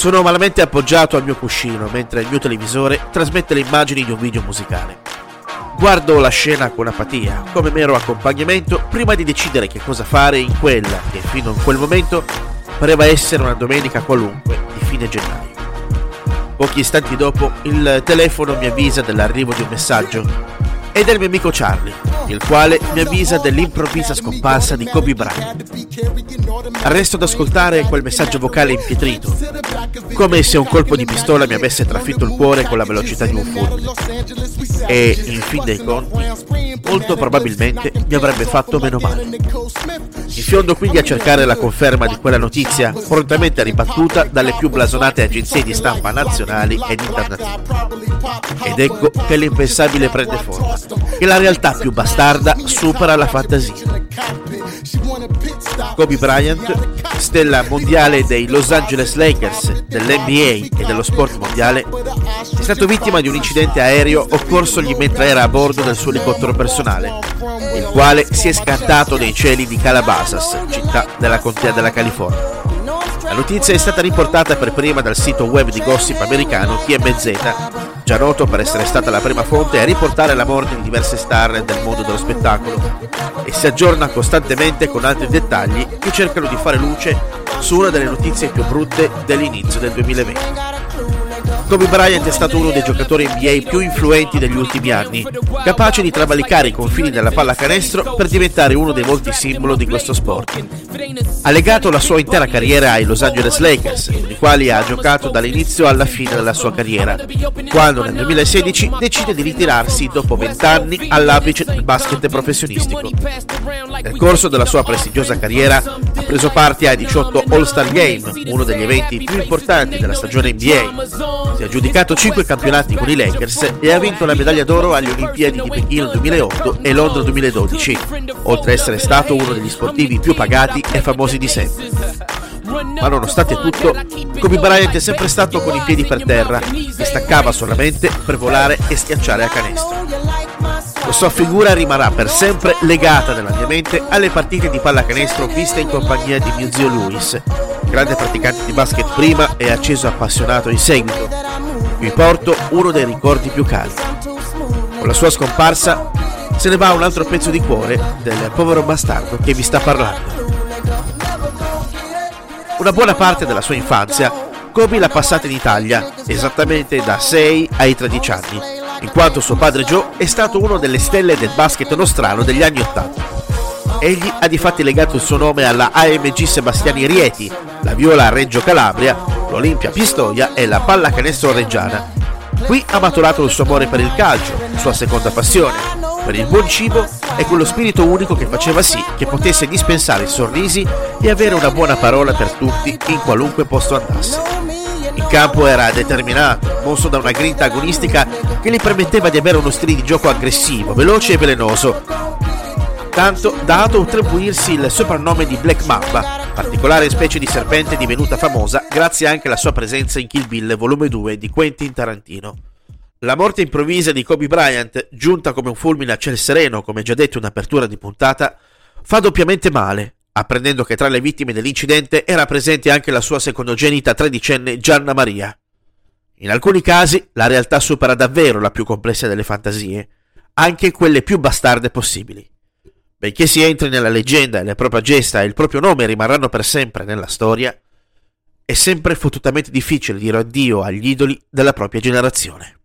Sono malamente appoggiato al mio cuscino mentre il mio televisore trasmette le immagini di un video musicale. Guardo la scena con apatia, come mero accompagnamento, prima di decidere che cosa fare in quella che fino a quel momento pareva essere una domenica qualunque di fine gennaio. Pochi istanti dopo il telefono mi avvisa dell'arrivo di un messaggio ed è il mio amico Charlie, il quale mi avvisa dell'improvvisa scomparsa di Kobe Bryant. Resto ad ascoltare quel messaggio vocale impietrito, come se un colpo di pistola mi avesse trafitto il cuore con la velocità di un fulmine. E, in fin dei conti, molto probabilmente mi avrebbe fatto meno male. Mi fiondo quindi a cercare la conferma di quella notizia, prontamente ribattuta dalle più blasonate agenzie di stampa nazionali ed internazionali. Ed ecco che l'impensabile prende forma, che la realtà più bastarda supera la fantasia. Kobe Bryant, stella mondiale dei Los Angeles Lakers, dell'NBA e dello sport mondiale, è stato vittima di un incidente aereo occorsogli mentre era a bordo del suo elicottero personale, il quale si è scattato nei cieli di Calabasas, città della contea della California. La notizia è stata riportata per prima dal sito web di gossip americano TMZ, già noto per essere stata la prima fonte a riportare la morte di diverse star del mondo dello spettacolo, e si aggiorna costantemente con altri dettagli che cercano di fare luce su una delle notizie più brutte dell'inizio del 2020. Kobe Bryant è stato uno dei giocatori NBA più influenti degli ultimi anni, capace di travalicare i confini della pallacanestro per diventare uno dei molti simbolo di questo sport. Ha legato la sua intera carriera ai Los Angeles Lakers, con i quali ha giocato dall'inizio alla fine della sua carriera, quando nel 2016 decide di ritirarsi dopo 20 anni all'apice del basket professionistico. Nel corso della sua prestigiosa carriera ha preso parte ai 18 All-Star Game, uno degli eventi più importanti della stagione NBA. Si è aggiudicato 5 campionati con i Lakers e ha vinto la medaglia d'oro alle Olimpiadi di Pechino 2008 e Londra 2012, oltre a essere stato uno degli sportivi più pagati e famosi di sempre. Ma nonostante tutto, Kobe Bryant è sempre stato con i piedi per terra e staccava solamente per volare e schiacciare a canestro. La sua figura rimarrà per sempre legata nella mia mente alle partite di pallacanestro viste in compagnia di mio zio Louis, grande praticante di basket prima e acceso appassionato in seguito. Vi porto uno dei ricordi più caldi. Con la sua scomparsa se ne va un altro pezzo di cuore del povero bastardo che vi sta parlando. Una buona parte della sua infanzia Kobe l'ha passata in Italia, esattamente da 6 ai 13 anni, in quanto suo padre Joe è stato uno delle stelle del basket nostrano degli anni 80. Egli ha difatti legato il suo nome alla AMG Sebastiani Rieti, la Viola Reggio Calabria, l'Olimpia Pistoia e la Pallacanestro Reggiana. Qui ha maturato il suo amore per il calcio, sua seconda passione, per il buon cibo e quello spirito unico che faceva sì che potesse dispensare sorrisi e avere una buona parola per tutti in qualunque posto andasse. In campo era determinato, mosso da una grinta agonistica che gli permetteva di avere uno stile di gioco aggressivo, veloce e velenoso, tanto da autoattribuirsi il soprannome di Black Mamba, particolare specie di serpente divenuta famosa grazie anche alla sua presenza in Kill Bill volume 2 di Quentin Tarantino. La morte improvvisa di Kobe Bryant, giunta come un fulmine a ciel sereno, come già detto in apertura di puntata, fa doppiamente male, apprendendo che tra le vittime dell'incidente era presente anche la sua secondogenita tredicenne Gianna Maria. In alcuni casi la realtà supera davvero la più complessa delle fantasie, anche quelle più bastarde possibili. Benché si entri nella leggenda e la propria gesta e il proprio nome rimarranno per sempre nella storia, è sempre fottutamente difficile dire addio agli idoli della propria generazione.